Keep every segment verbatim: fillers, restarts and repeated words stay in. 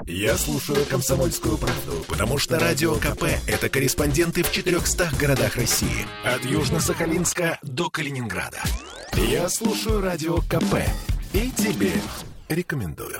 Я слушаю «Комсомольскую правду», потому что Радио КП – это корреспонденты в четырехстах городах России. От Южно-Сахалинска до Калининграда. Я слушаю Радио КП и тебе рекомендую.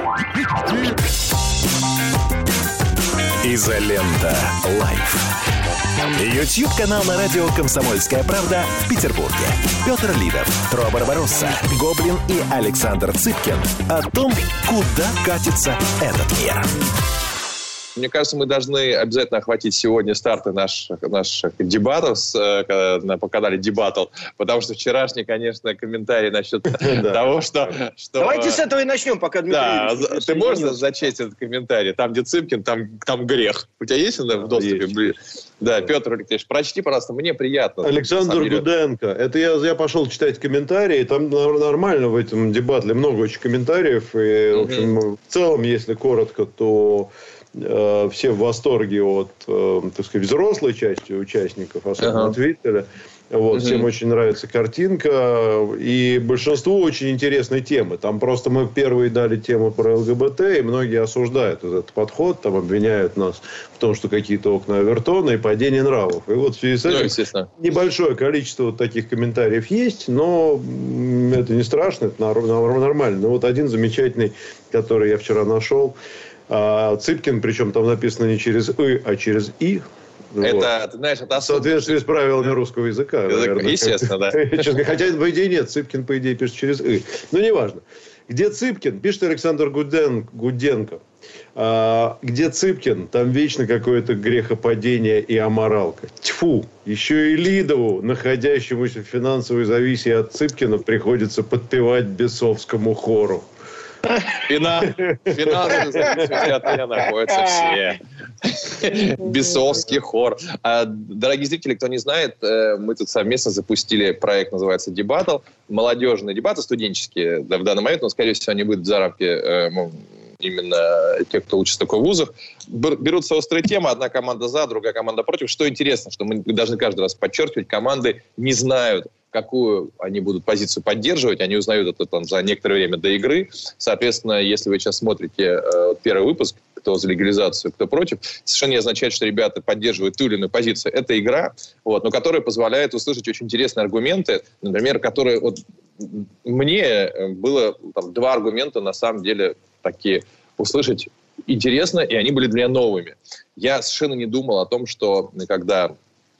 Изолента Лайф. Ютьюб-канал на радио «Комсомольская правда» в Петербурге. Петр Лидов, Тро Барбаросса, Гоблин и Александр Цыпкин о том, куда катится этот мир. Мне кажется, мы должны обязательно охватить сегодня старты наших, наших дебатов с, на, по канале Дебатл, потому что вчерашний, конечно, комментарий насчет того, что... Давайте с этого и начнем, пока Дмитрий... Да, ты можешь зачесть этот комментарий? Там, где Цыпкин, там грех. У тебя есть он в доступе? Да, Петр Алексеевич, прочти, пожалуйста, мне приятно. Александр Гуденко. Это я, я пошел читать комментарии, там нормально в этом дебатле много очень комментариев. И, в общем, в целом, если коротко, то... все в восторге от, так сказать, взрослой части участников, особенно ага. Твиттера. Вот, угу. Всем очень нравится картинка. И большинству очень интересной темы. Там просто мы первые дали тему про ЛГБТ, и многие осуждают этот подход, там обвиняют нас в том, что какие-то окна Овертона и падение нравов. И вот в связи с этим ну, небольшое количество вот таких комментариев есть, но это не страшно, это нормально. Но вот один замечательный, который я вчера нашел, Цыпкин, причем там написано не через «ы», а через «и». Это, вот. Ты знаешь, это в соответствии с правилами русского языка. Наверное, естественно, да. Хотя, по идее, нет. Цыпкин, по идее, пишет через «ы». Но неважно. Где Цыпкин? Пишет Александр Гуден, Гуденко. А, где Цыпкин? Там вечно какое-то грехопадение и аморалка. Тьфу! Еще и Лидову, находящемуся в финансовой зависимости от Цыпкина, приходится подпевать бесовскому хору. Финансовые зависимости от меня находятся все. Бесовский хор. Дорогие зрители, кто не знает, мы тут совместно запустили проект, называется «Дебатл». Молодежные дебаты, студенческие в данный момент, но, скорее всего, они будут за рамки именно тех, кто учится только в вузах. Берутся острые темы, одна команда за, другая команда против. Что интересно, что мы должны каждый раз подчеркивать, команды не знают, какую они будут позицию поддерживать. Они узнают это там, за некоторое время до игры. Соответственно, если вы сейчас смотрите э, первый выпуск, кто за легализацию, кто против, совершенно не означает, что ребята поддерживают ту или иную позицию. Это игра, вот, но которая позволяет услышать очень интересные аргументы, например, которые... Вот, мне было там, два аргумента, на самом деле, такие услышать интересно, и они были для меня новыми. Я совершенно не думал о том, что когда...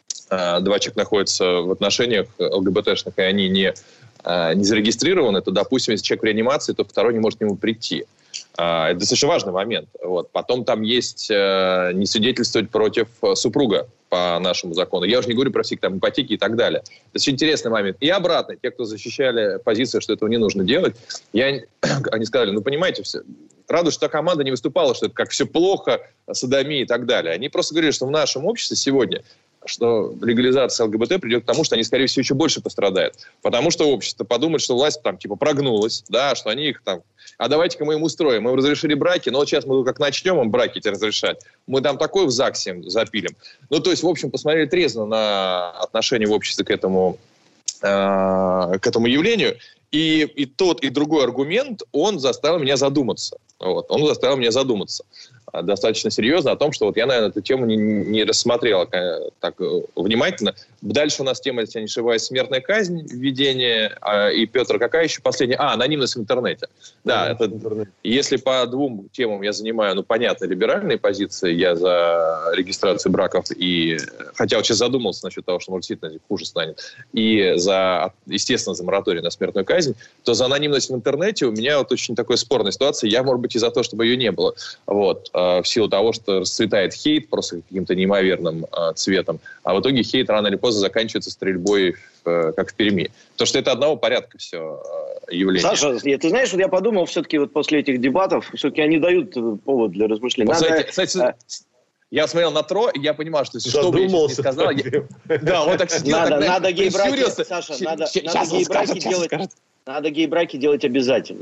два человека находятся в отношениях ЛГБТшных, и они не, не зарегистрированы, то, допустим, если человек в реанимации, то второй не может к нему прийти. Это достаточно важный момент. Вот. Потом там есть не свидетельствовать против супруга по нашему закону. Я уже не говорю про всякие там ипотеки и так далее. Это очень интересный момент. И обратно, те, кто защищали позицию, что этого не нужно делать, я, они сказали, ну, понимаете, все, радует, что команда не выступала, что это как все плохо, содомия и так далее. Они просто говорили, что в нашем обществе сегодня что легализация ЛГБТ придет к тому, что они, скорее всего, еще больше пострадают. Потому что общество подумает, что власть там, типа, прогнулась, да, что они их там... А давайте-ка мы им устроим. Мы им разрешили браки, но вот сейчас мы как начнем им браки эти разрешать, мы там такой в ЗАГСе им запилим. Ну, то есть, в общем, посмотрели трезво на отношение в обществе к этому, э, к этому явлению. И, и тот, и другой аргумент, он заставил меня задуматься. Вот, он заставил меня задуматься достаточно серьезно о том, что вот я, наверное, эту тему не, не рассмотрел так внимательно. Дальше у нас тема, если я не ошибаюсь, смертная казнь, введение. И, Петр, какая еще последняя? А, анонимность в интернете. Да, это, если по двум темам я занимаю, ну, понятно, либеральные позиции, я за регистрацию браков, и, хотя вот сейчас задумался насчет того, что, может, действительно хуже станет, и, за, естественно, за мораторий на смертную казнь, то за анонимность в интернете у меня вот очень такая спорная ситуация. Я, может быть, и за то, чтобы ее не было. Вот. В силу того, что расцветает хейт просто каким-то неимоверным э, цветом, а в итоге хейт рано или поздно заканчивается стрельбой, в, э, как в Перми. Потому что это одного порядка все э, явление. Саша, ты знаешь, вот я подумал, все-таки вот после этих дебатов, все-таки они дают повод для размышлений. Вот, Надо... кстати, кстати, я смотрел на Тро, и я понимал, что если что бы я сейчас не сказал... Я... Да, он так сидел, надо, так, надо гей-браки, Саша, надо, надо гей-браки делать... Надо гей-браки делать обязательными.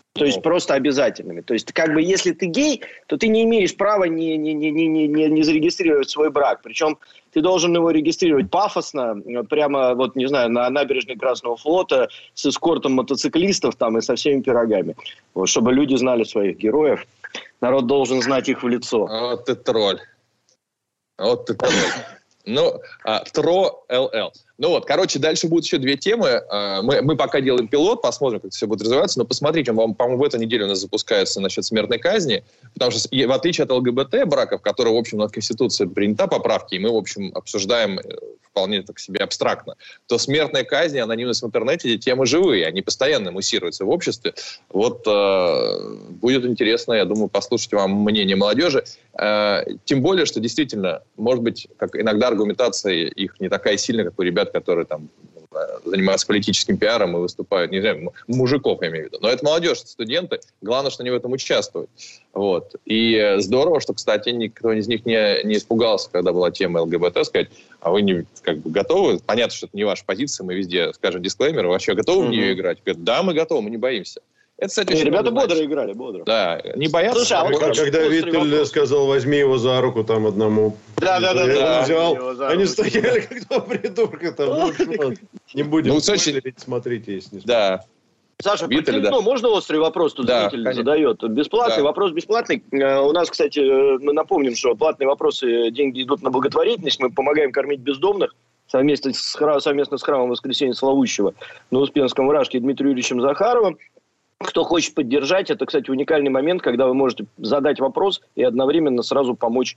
То есть просто обязательными. То есть, как бы, если ты гей, то ты не имеешь права не, не, не, не, не, не зарегистрировать свой брак. Причем ты должен его регистрировать пафосно, прямо, вот, не знаю, на набережной Красного флота с эскортом мотоциклистов там и со всеми пирогами. Вот, чтобы люди знали своих героев. Народ должен знать их в лицо. Вот ты тролль. Вот ты тролль. Ну, а, Тро ЛЛ. Ну вот, короче, дальше будут еще две темы. Мы, мы пока делаем пилот, посмотрим, как это все будет развиваться. Но посмотрите, он, по-моему, в эту неделю у нас запускается насчет смертной казни. Потому что, в отличие от ЛГБТ-браков, которые, в общем, на Конституции принята поправки, и мы, в общем, обсуждаем вполне так себе абстрактно, то смертная казнь и анонимность в интернете – темы живые, они постоянно муссируются в обществе. Вот э, будет интересно, я думаю, послушать вам мнение молодежи. Э, тем более, что действительно, может быть, как иногда аргументация их не такая сильная, как у ребят, которые там занимаются политическим пиаром и выступают, не знаю, мужиков, я имею в виду. Но это молодежь, это студенты. Главное, что они в этом участвуют. Вот. И здорово, что, кстати, никто из них не, не испугался, когда была тема ЛГБТ, сказать, а вы не как бы готовы? Понятно, что это не ваша позиция, мы везде скажем дисклеймер, вы вообще готовы mm-hmm. в нее играть? Говорят, да, мы готовы, мы не боимся. Это, кстати, не, ребята бодро значит. играли, бодро. Да, не боятся. Слушай, а вот когда когда Виттель сказал, возьми его за руку там одному. Да, да, да. да, взял, они стояли как два придурка там. Не будем ну, смотреть, смотрите, если не да. Саша, Виттель, да. Ну, можно острый вопрос тут да, зритель задает? Бесплатный, да. Вопрос бесплатный. У нас, кстати, мы напомним, что платные вопросы, деньги идут на благотворительность, мы помогаем кормить бездомных. Совместно с, храм, совместно с храмом Воскресения Славущего на Успенском Вражке Дмитрием Юрьевичем Захаровым. Кто хочет поддержать, это, кстати, уникальный момент, когда вы можете задать вопрос и одновременно сразу помочь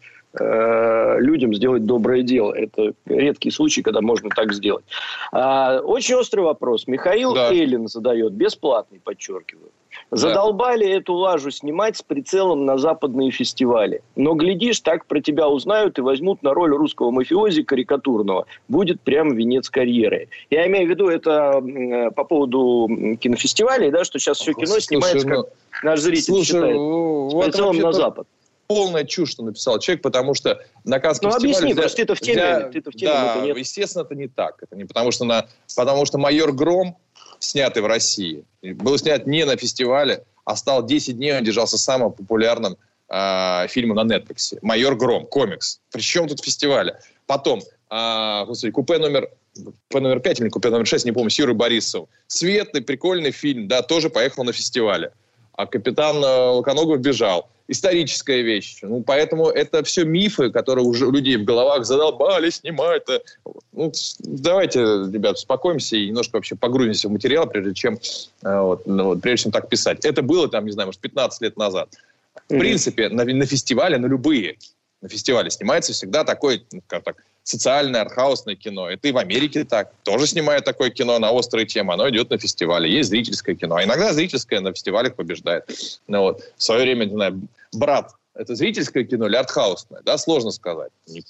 э, людям сделать доброе дело. Это редкий случай, когда можно так сделать. А, очень острый вопрос. Михаил да. Эллин задает, бесплатный, подчеркиваю. Задолбали да. эту лажу снимать с прицелом на западные фестивали. Но, глядишь, так про тебя узнают и возьмут на роль русского мафиози карикатурного. Будет прям венец карьеры. Я имею в виду это э, по поводу кинофестивалей, да, что сейчас все кино слушай, снимается, как ну, наш зритель слушай, считает, с прицелом на запад. Полная чушь, что написал человек, потому что на Каннском ну, фестивале... Ну, объясни, просто ты-то в теме, для... ты-то в теме, да, нет. естественно, это не так. Это не потому, что на... потому что «Майор Гром», снятый в России, был снят не на фестивале, а стал десять дней, он держался самым популярным э, фильмом на Netflix. «Майор Гром», комикс. Причем тут фестиваля? Потом, э, господи, купе номер... Купе номер пять или купе номер шесть, не помню, с Юрой Борисовым. Светлый, прикольный фильм, да, тоже поехал на фестивале. А капитан э, Луконогов бежал. Историческая вещь. Ну, поэтому это все мифы, которые уже у людей в головах задолбали снимать. Ну, давайте, ребят, успокоимся и немножко вообще погрузимся в материал, прежде чем, э, вот, ну, вот, прежде чем так писать. Это было, там, не знаю, может, пятнадцать лет назад. В mm-hmm. принципе, на, на фестивале, на любые, на фестивале снимается всегда такое, ну, как так, социальное, артхаусное кино. Это и в Америке так. Тоже снимают такое кино на острые темы. Оно идет на фестивале. Есть зрительское кино. А иногда зрительское на фестивалях побеждает. Ну, вот. В свое время, не знаю, «Брат» — это зрительское кино или артхаусное? Да, сложно сказать.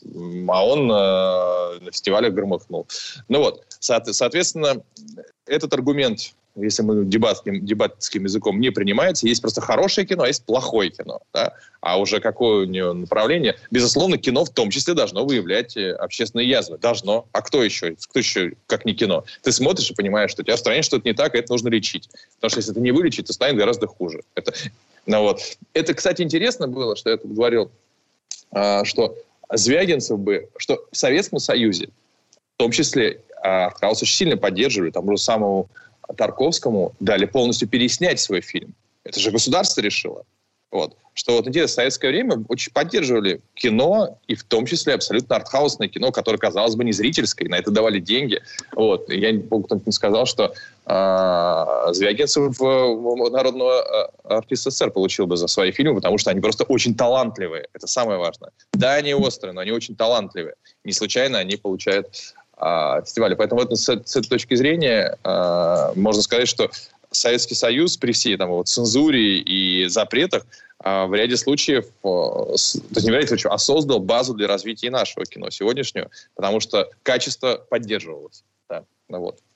А он э, на фестивалях громыхнул. Ну вот, соответственно, этот аргумент, если мы дебатским, дебатским языком не принимается, есть просто хорошее кино, а есть плохое кино. Да? А уже какое у него направление? Безусловно, кино в том числе должно выявлять общественные язвы. Должно. А кто еще? Кто еще, как не кино? Ты смотришь и понимаешь, что у тебя в стране что-то не так, и это нужно лечить. Потому что если это не вылечить, то станет гораздо хуже. Это, ну, вот. это кстати, интересно было, что я тут говорил, что Звягинцев бы, что в Советском Союзе, в том числе, артхаус очень сильно поддерживали, там уже самому Тарковскому дали полностью переснять свой фильм. Это же государство решило. Вот. Что вот интересно, в советское время очень поддерживали кино, и в том числе абсолютно артхаусное кино, которое, казалось бы, не зрительское, и на это давали деньги. Вот. И я не помню, кто-то не сказал, что э, Звягинцев в народного артиста СССР получил бы за свои фильмы, потому что они просто очень талантливые. Это самое важное. Да, они острые, но они очень талантливые. Не случайно они получают фестиваля. Поэтому вот, с, с этой точки зрения э, можно сказать, что Советский Союз при всей там, вот, цензуре и запретах э, в ряде случаев, э, с, то есть не в ряде случаев, а создал базу для развития нашего кино сегодняшнего, потому что качество поддерживалось. Да, ну, вот.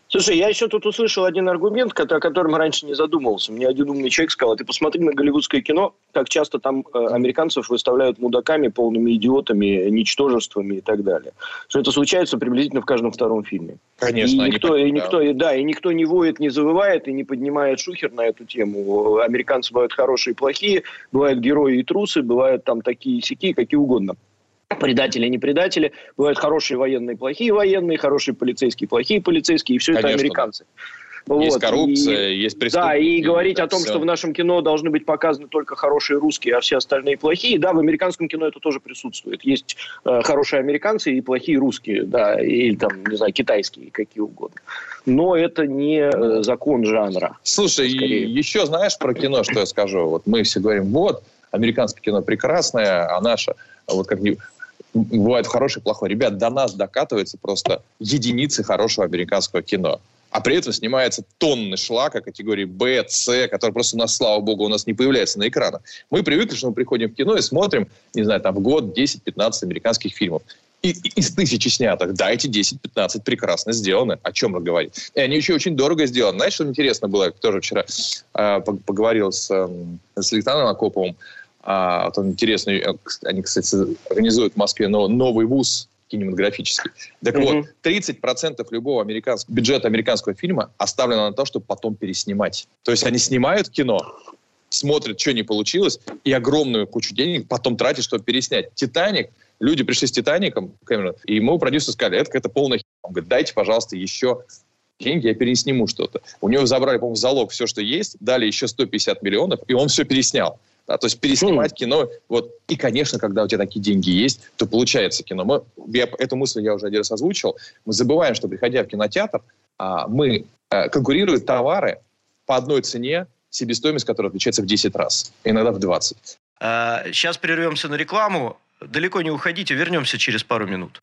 Слушай, я еще тут услышал один аргумент, о котором раньше не задумывался. Мне один умный человек сказал: ты посмотри на голливудское кино, как часто там э, американцев выставляют мудаками, полными идиотами, ничтожествами и так далее. Что это случается приблизительно в каждом втором фильме. Конечно. И никто, они... и никто, и, да, и никто не воет, не завывает и не поднимает шухер на эту тему. Американцы бывают хорошие и плохие, бывают герои и трусы, бывают там такие и сякие, какие угодно. Предатели, не предатели. Бывают хорошие военные, плохие военные, хорошие полицейские, плохие полицейские. И все Конечно, это американцы. Да. Вот. Есть коррупция, и, есть преступники. Да, и говорить о том, все. что в нашем кино должны быть показаны только хорошие русские, а все остальные плохие. Да, в американском кино это тоже присутствует. Есть э, хорошие американцы и плохие русские. Да, или там, не знаю, китайские, какие угодно. Но это не э, закон жанра. Слушай, скорее. Еще знаешь про кино, что я скажу? Вот мы все говорим, вот, американское кино прекрасное, а наше, вот как не... Бывает хорошее и плохое. Ребят, до нас докатывается просто единицы хорошего американского кино. А при этом снимается тонны шлака категории Б, С, который просто у нас, слава богу, у нас не появляется на экранах. Мы привыкли, что мы приходим в кино и смотрим, не знаю, там в год десять-пятнадцать американских фильмов. И, и, из тысячи снятых, да, эти десять-пятнадцать прекрасно сделаны. О чем мы говорим? И они еще очень дорого сделаны. Знаешь, что интересно было? Я тоже вчера э, поговорил с, э, с Александром Акоповым. А, вот он интересный, они, кстати, организуют в Москве новый вуз кинематографический. Так mm-hmm. вот, тридцать процентов любого американского, бюджета американского фильма оставлено на то, чтобы потом переснимать. То есть они снимают кино, смотрят, что не получилось, и огромную кучу денег потом тратят, чтобы переснять. «Титаник», люди пришли с «Титаником», Кэмерон, и ему продюсеру сказали, это какая-то полная херня. Он говорит, дайте, пожалуйста, еще деньги, я пересниму что-то. У него забрали, по-моему, в залог все, что есть, дали еще сто пятьдесят миллионов, и он все переснял. Да, то есть переснимать mm. кино. Вот. И, конечно, когда у тебя такие деньги есть, то получается кино. Мы, я, эту мысль я уже один раз озвучил. Мы забываем, что, приходя в кинотеатр, а, мы а, конкурируют товары по одной цене, себестоимость которой отличается в десять раз. Иногда в двадцать. А, сейчас прервемся на рекламу. Далеко не уходите. Вернемся через пару минут.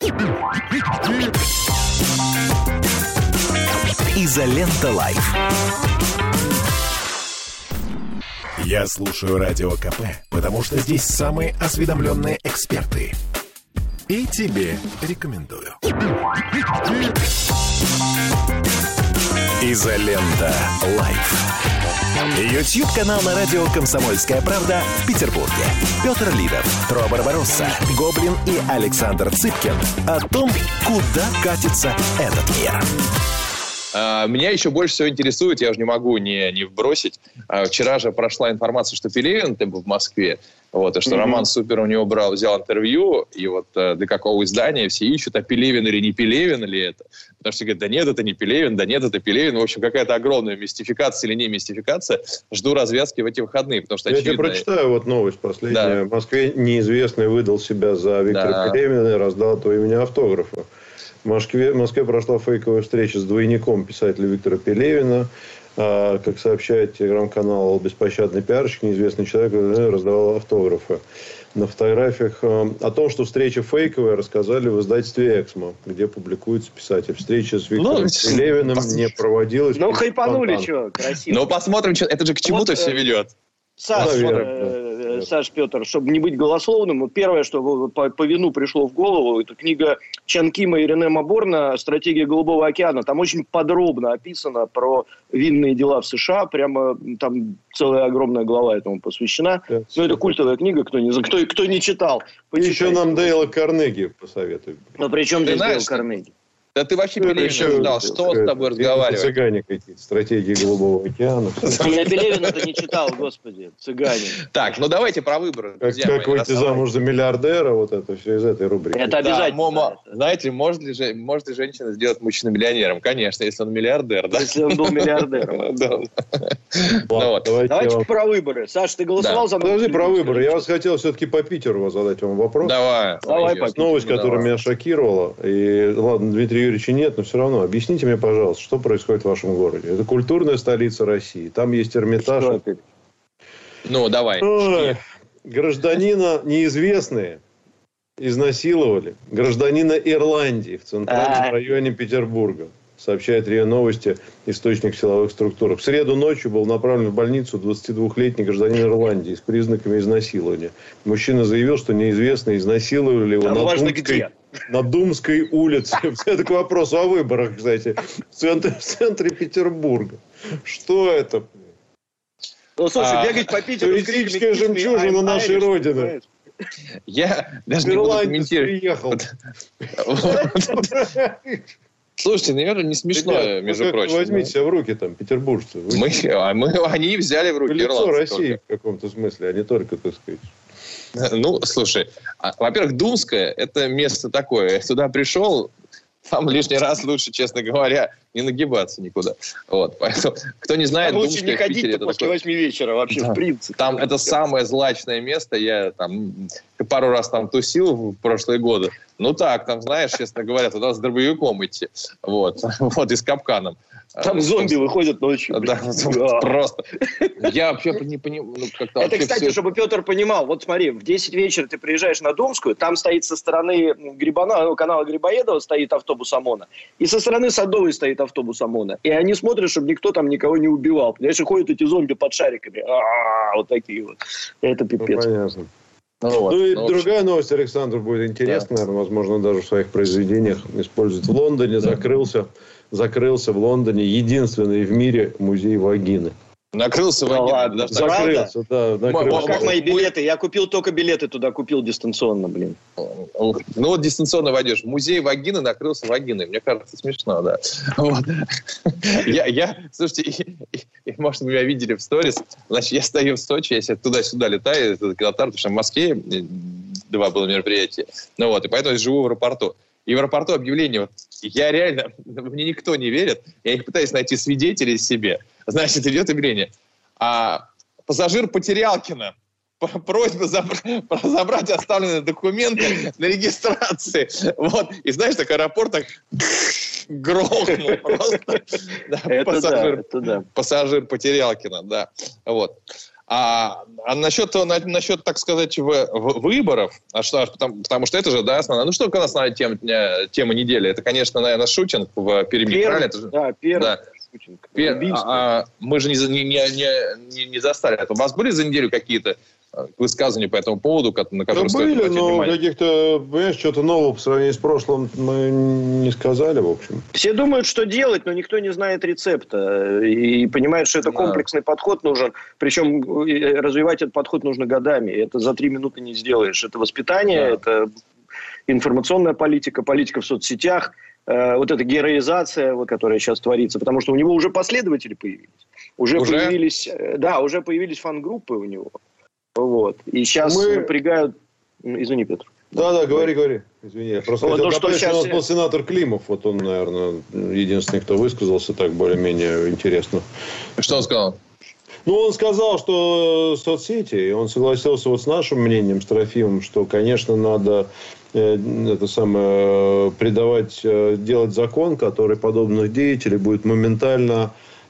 Изолента Лайф. Я слушаю Радио КП, потому что здесь самые осведомленные эксперты. И тебе рекомендую. Изолента Лайф. Ютьюб-канал на радио «Комсомольская правда» в Петербурге. Петр Лидов, Тро Барбаросса, Гоблин и Александр Цыпкин о том, куда катится этот мир. Меня еще больше всего интересует, я уже не могу не, не вбросить. Вчера же прошла информация, что Пелевин был в Москве, вот, и что mm-hmm. Роман Супер у него брал, взял интервью, и вот для какого издания все ищут, а Пелевин или не Пелевин ли это. Потому что говорят, да нет, это не Пелевин, да нет, это Пелевин. В общем, какая-то огромная мистификация или не мистификация. Жду развязки в эти выходные, потому что я очевидно... тебе прочитаю вот новость последняя. Да. В Москве неизвестный выдал себя за Виктора да. Пелевина и раздал от имени автографа. В Москве, в Москве прошла фейковая встреча с двойником писателя Виктора Пелевина. А, как сообщает телеграм-канал «Беспощадный пиарщик», неизвестный человек раздавал автографы. На фотографиях а, о том, что встреча фейковая, рассказали в издательстве «Эксмо», где публикуется писатель. Встреча с Виктором ну, Пелевиным пос... не проводилась. Ну, хайпанули, что, красиво. Ну, посмотрим, что... это же к чему-то вот, все ведет. Саш, э, Саш, Петр, чтобы не быть голословным, первое, что по, по вину пришло в голову, это книга Чан Кима и Рене Маборна «Стратегия Голубого океана». Там очень подробно описано про винные дела в США. Прямо там целая огромная глава этому посвящена. Да, ну, это культовая книга, кто не, кто, кто не читал. Еще нам Дейла Карнеги посоветуй. Ну, при чем здесь Дейл Карнеги? Да ты вообще Пелевина ждал, что он с тобой разговаривает? Цыгане какие-то, стратегии Голубого океана. Я Пелевина-то не читал, господи, цыгане. Так, ну давайте про выборы. Как, как выйти замуж за миллиардера, вот это все из этой рубрики. Это обязательно. Да, знаете, может ли, может ли женщина сделать мужчину миллионером? Конечно, если он миллиардер. Да? Если он был миллиардером. Давайте про выборы. Саш, ты голосовал за... Подожди, про выборы. Я вас хотел все-таки по Питеру задать вам вопрос. Давай. Новость, которая меня шокировала. И ладно, Дмитрий Юрьевича нет, но все равно. Объясните мне, пожалуйста, что происходит в вашем городе. Это культурная столица России. Там есть Эрмитаж. Ну, давай. Ой, гражданина неизвестные изнасиловали. Гражданина Ирландии в центральном районе Петербурга. Сообщает РИА Новости, источник в силовых структурах. В среду ночью был направлен в больницу двадцатидвухлетний гражданин Ирландии с признаками изнасилования. Мужчина заявил, что неизвестные изнасиловали его там на важно Тунской, на Думской улице. Это к вопросу о выборах, кстати. В центре, в центре Петербурга. Что это? Ну, слушай, а, бегать по Питеру... Туристическая жемчужина нашей Родины. Я даже не буду комментировать. Слушайте, наверное, не смешно, Ребят, между ну, прочим. Возьмите себя в руки, там, петербуржцы. Мы, а мы, они взяли в руки лицо ирландцы России только. в каком-то смысле, а не только, так сказать. Ну, слушай, а, во-первых, Думское – это место такое. Я сюда пришел, там лишний раз лучше, честно говоря, не нагибаться никуда. Вот, поэтому, кто не знает, там лучше Думское не в Питере, ходить это после такое... восьми вечера вообще, Да. в принципе. Там это самое злачное место. Я там пару раз там тусил в прошлые годы. Ну так, там, знаешь, честно говоря, туда с дробовиком идти. Вот, вот и с капканом. Там зомби выходят ночью. Да, Да. Просто. Я вообще не понимаю. Ну, как-то Это, вообще кстати, все... чтобы Петр понимал. Вот смотри, в десять вечера ты приезжаешь на Думскую, там стоит со стороны Грибана, канала Грибоедова стоит автобус ОМОНа, и со стороны Садовой стоит автобус ОМОНа. И они смотрят, чтобы никто там никого не убивал. Понимаешь, и ходят эти зомби под шариками. А-а-а, вот такие вот. Это пипец. Ну, понятно. Ну, вот, Ну и ну, другая новость, Александр, будет интересна, да. Наверное, возможно, даже в своих произведениях использует. В Лондоне да. закрылся, закрылся в Лондоне единственный в мире музей вагины. Накрылся вагиной. Да, закрылся, да. Накрылся. А как мои билеты? Я купил только билеты туда, купил дистанционно, блин. Ну вот дистанционно войдешь. Музей вагины накрылся вагиной. Мне кажется, смешно, да. Вот. Я, я, слушайте, и, и, может, вы меня видели в сторис. Значит, я стою в Сочи, я себе туда-сюда летаю, это кинотеатр, потому что в Москве два было мероприятия. Ну вот, и поэтому я живу в аэропорту. И в аэропорту объявление, вот, я реально, мне никто не верит, я их пытаюсь найти свидетелей себе. Значит, идет объявление. А, пассажир Потерялкина. Просьба забрать, забрать оставленные документы на регистрации. Вот. И знаешь, так аэропорт так грохнул просто. Да, это пассажир, да, это да. Пассажир Потерялкина, да. Вот. А, а насчет, на, насчет, так сказать, в, в, выборов, а что, потому, потому что это же, да, основная, ну что у нас основная тема, тема недели? Это, конечно, наверное, шутинг в Перми, Первый, правильно? Это же, да, первый да. шутинг. Пер, а, а, мы же не, не, не, не, не застали это. У вас были за неделю какие-то высказывания по этому поводу, на которые да стоит были, обратить но внимание? каких-то, понимаешь, что-то нового по сравнению с прошлым мы не сказали, в общем. Все думают, что делать, но никто не знает рецепта. И понимают, что это да. комплексный подход нужен. Причем развивать этот подход нужно годами. Это за три минуты не сделаешь. Это воспитание, да. это информационная политика, политика в соцсетях, э, вот эта героизация, вот, которая сейчас творится. Потому что у него уже последователи появились. Уже, уже? появились, да, уже появились фан-группы у него. Вот. И сейчас Мы... напрягают... Извини, Петр. Да-да, говори, говори. Извини. Я просто вот, хотел то, добавить, что сейчас... у нас был сенатор Климов. Вот он, наверное, единственный, кто высказался так более-менее интересно. Что он сказал? Ну, он сказал, что соцсети, и он согласился вот с нашим мнением, с Трофимом, что, конечно, надо э, это самое, придавать, э, делать закон, который подобных деятелей будет моментально...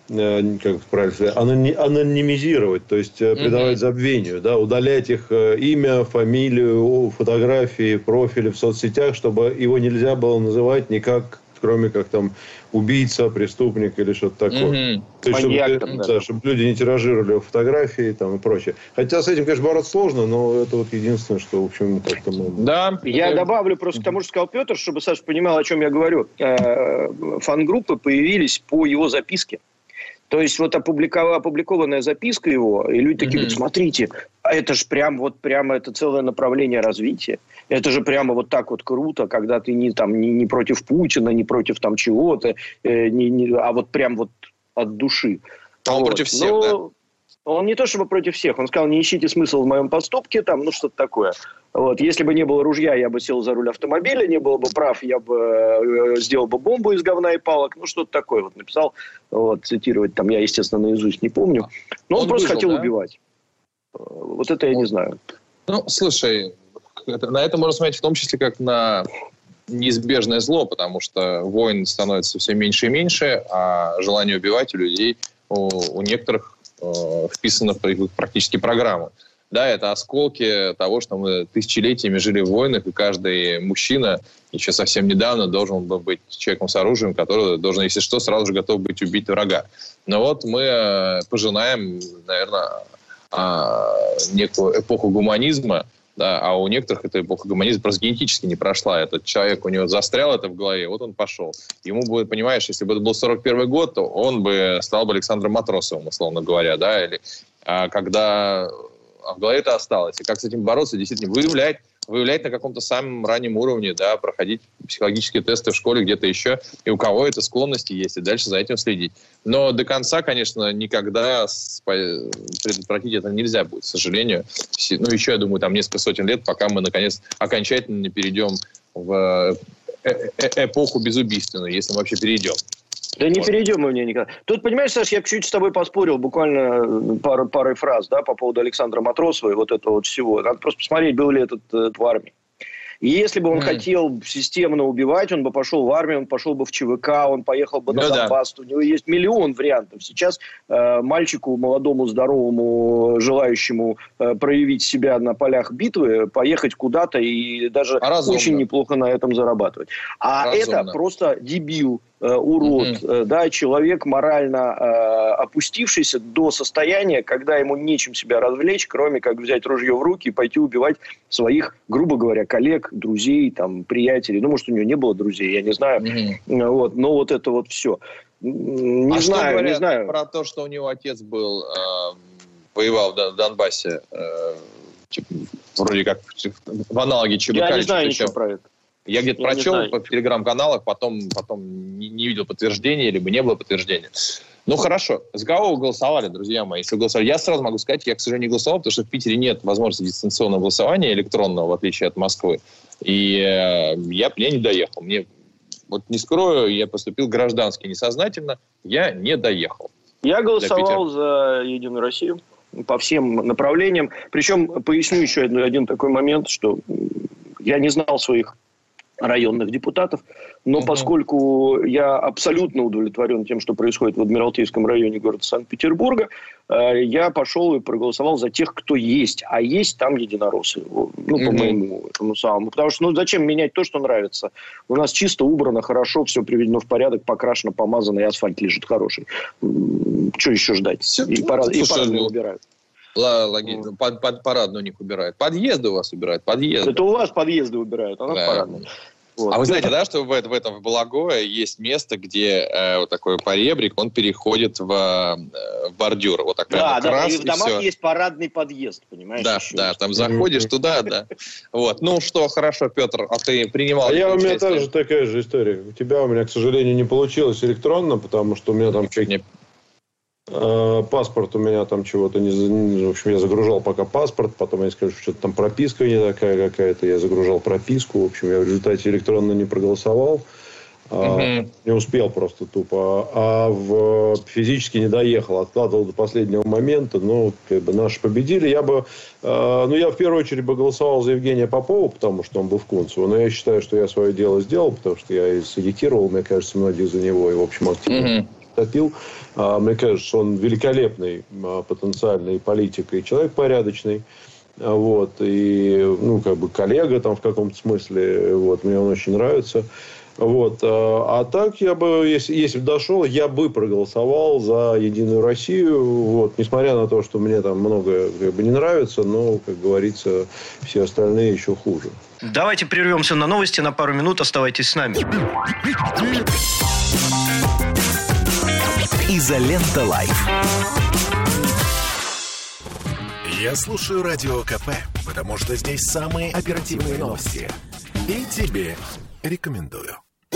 как правильно сказать, анонимизировать, то есть mm-hmm. придавать забвению, да, удалять их имя, фамилию, фотографии, профили в соцсетях, чтобы его нельзя было называть никак, кроме как там убийца, преступник или что-то такое. Mm-hmm. То есть, Маньяк, чтобы, там, да. Да, чтобы люди не тиражировали фотографии там, и прочее. Хотя с этим, конечно, бороться сложно, но это вот единственное, что, в общем, как-то мы... Да. Я это... добавлю просто к тому, что сказал Петр, чтобы Саша понимал, о чем я говорю. Фан-группы появились по его записке. То есть вот опубликованная записка его, и люди такие, mm-hmm. вот смотрите, это же прям вот прямо это целое направление развития. Это же прямо вот так вот круто, когда ты не там не, не против Путина, не против там чего-то, э, не, не, а вот прям вот от души. А он вот. против всех, Но... да? Он не то чтобы против всех, он сказал, не ищите смысл в моем поступке, там, ну что-то такое. Вот. Если бы не было ружья, я бы сел за руль автомобиля, не было бы прав, я бы э, сделал бы бомбу из говна и палок, ну что-то такое вот написал. Вот, цитировать там я, естественно, наизусть не помню. Но он, он просто выжил, хотел да? убивать. Вот это я он... не знаю. Ну, слушай, это, на это можно смотреть в том числе как на неизбежное зло, потому что войн становится все меньше и меньше, а желание убивать у людей, у, у некоторых вписано в их практически программу. Да, это осколки того, что мы тысячелетиями жили в войнах, и каждый мужчина еще совсем недавно должен был быть человеком с оружием, который должен, если что, сразу же готов быть убить врага. Но вот мы пожинаем, наверное, некую эпоху гуманизма, Да, а у некоторых эта эпоха гуманизма просто генетически не прошла. Этот человек, у него застрял это в голове, вот он пошел. Ему будет, понимаешь, если бы это был сорок первый год, то он бы стал бы Александром Матросовым, условно говоря, да, или а, когда а в голове это осталось. И как с этим бороться, действительно, выявлять, выявлять на каком-то самом раннем уровне, да, проходить психологические тесты в школе, где-то еще, и у кого это склонности есть, и дальше за этим следить. Но до конца, конечно, никогда предотвратить это нельзя будет, к сожалению. Ну, еще, я думаю, там несколько сотен лет, пока мы, наконец, окончательно не перейдем в эпоху безубийственную, если мы вообще перейдем. Да не перейдем мы в нее никогда. Тут, понимаешь, Саш, я чуть-чуть с тобой поспорил, буквально пару, парой фраз, да, по поводу Александра Матросова и вот этого вот всего. Надо просто посмотреть, был ли этот, этот в армии. И если бы он mm. хотел системно убивать, он бы пошел в армию, он пошел бы в ЧВК, он поехал бы на ну, Донбасс. Да. У него есть миллион вариантов. Сейчас э, мальчику, молодому, здоровому, желающему э, проявить себя на полях битвы, поехать куда-то и даже Разумно. очень неплохо на этом зарабатывать. А Разумно. это просто дебил. урод, mm-hmm. да, человек морально э, опустившийся до состояния, когда ему нечем себя развлечь, кроме как взять ружье в руки и пойти убивать своих, грубо говоря, коллег, друзей, там, приятелей. Ну, может, у него не было друзей, я не знаю. Mm-hmm. Вот, но вот это вот все. Не а знаю, что говорят не знаю. Про то, что у него отец был, э, воевал в Донбассе, э, вроде как в аналоге ЧВК. Я не знаю ничего про это. Я где-то я прочел по телеграм-каналах, потом, потом не, не видел подтверждения, либо не было подтверждения. Ну, хорошо. За кого вы голосовали, друзья мои? Если голосовали, я сразу могу сказать, я, к сожалению, не голосовал, потому что в Питере нет возможности дистанционного голосования электронного, в отличие от Москвы. И э, я, я не доехал. Мне, вот не скрою, я поступил граждански несознательно, я не доехал. Я голосовал за «Единую Россию» по всем направлениям. Причем, поясню еще один, один такой момент, что я не знал своих районных депутатов, но угу. поскольку я абсолютно удовлетворен тем, что происходит в Адмиралтейском районе города Санкт-Петербурга, я пошел и проголосовал за тех, кто есть, а есть там единороссы, ну, по угу. моему этому самому, потому что, ну, зачем менять то, что нравится? У нас чисто убрано, хорошо, все приведено в порядок, покрашено, помазано, и асфальт лежит хороший. Что еще ждать? Все, и парад, и парад не убирают. Логично. Mm. Под, под парадную у них убирают. Подъезды у вас убирают. Подъезды. Это у вас подъезды убирают, а у нас да. парадные. Вот. А вы знаете, да, что в, в этом в Балагое есть место, где э, вот такой поребрик, он переходит в, э, в бордюр. Вот так да, да, раз, и в домах все. Есть парадный подъезд, понимаешь? Да, еще да, есть. там заходишь mm-hmm. туда, да. Вот. Ну что, хорошо, Петр, а ты принимал... А я, у меня тоже такая же история. У тебя, у меня, к сожалению, не получилось электронно, потому что у меня там... Не... Паспорт у меня там чего-то не... В общем, я загружал пока паспорт, потом я скажу, что что-то там прописка не такая какая-то. Я загружал прописку. В общем, я в результате электронно не проголосовал. Uh-huh. Не успел просто тупо. А в... физически не доехал. Откладывал до последнего момента. Ну, как бы наши победили. Я бы... Ну, я в первую очередь бы голосовал за Евгения Попова, потому что он был в Кунцево. Но я считаю, что я свое дело сделал, потому что я и сагитировал, мне кажется, многих за него. И, в общем, активно... Uh-huh. Топил. Мне кажется, он великолепный потенциальный политик и человек порядочный. Вот. И, ну, как бы коллега там в каком-то смысле. Вот. Мне он очень нравится. Вот. А так, я бы, если, если бы дошел, я бы проголосовал за Единую Россию. Вот. Несмотря на то, что мне там многое как бы не нравится, но, как говорится, все остальные еще хуже. Давайте прервемся на новости на пару минут. Оставайтесь с нами. Изолента Лайф. Я слушаю Радио КП, потому что здесь самые оперативные новости. И тебе рекомендую.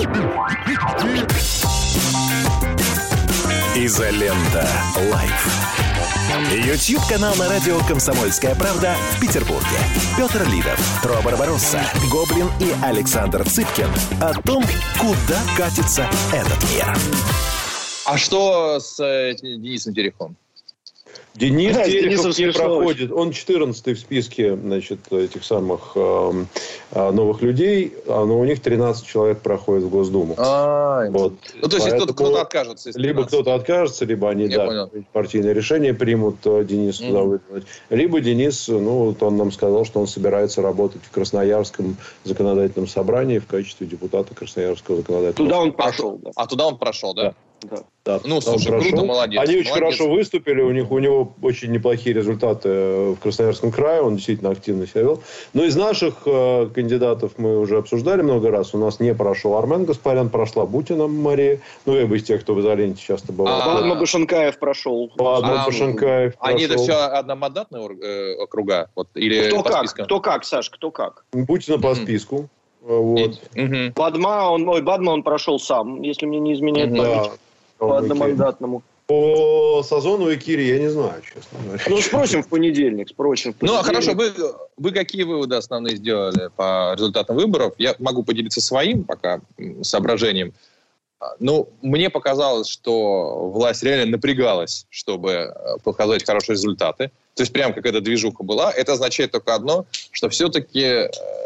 Изолента Лайф. Ютьюб-канал на радио «Комсомольская правда» в Петербурге. Петр Лидов, Тро Барбаросса, Гоблин и Александр Цыпкин о том, куда катится этот мир. А что с э, Денисом Тереховым? Денис да, Терехов не проходит. Он четырнадцатый в списке, значит, этих самых э, новых людей, но у них тринадцать человек проходит в Госдуму. А, вот. Ну, то есть, кто-то, кто-то откажется. Либо кто-то откажется, либо они да, партийное решение примут Денису mm-hmm. туда выдвинуть. Либо Денис, ну, вот он нам сказал, что он собирается работать в Красноярском законодательном собрании в качестве депутата Красноярского законодательного собрания. Туда он прошел. Да. А туда он прошел, да? да. Да. Да, ну, слушай, прошел. круто, молодец. Они очень молодец. хорошо выступили, у них у него очень неплохие результаты в Красноярском крае, он действительно активно себя вел. Но из наших э, кандидатов мы уже обсуждали много раз. У нас не прошел Армен Гаспарян, прошла Бутина Мария. Ну, я бы из тех, кто в изоленте часто бывал. А, Ладно, Башенкаев прошел. Ладно, А, Башенкаев Они это прошел. все одномандатные э, округа? Вот, или Кто по как? спискам? Кто как, Саш, кто как? Бутина по Мгм. списку. Вот. Мгм. Бадма, он, ой, Бадма он прошел сам, если мне не изменяет Мгм. память, Да. по одномандатному. По Сазонову и Кире я не знаю, честно говоря. Ну, спросим в понедельник, спросим в Ну, а понедельник. хорошо, вы, вы какие выводы основные сделали по результатам выборов? Я могу поделиться своим пока м, соображением. А, Ну, мне показалось, что власть реально напрягалась, чтобы э, показать хорошие результаты. То есть прям какая-то движуха была. Это означает только одно, что все-таки, э,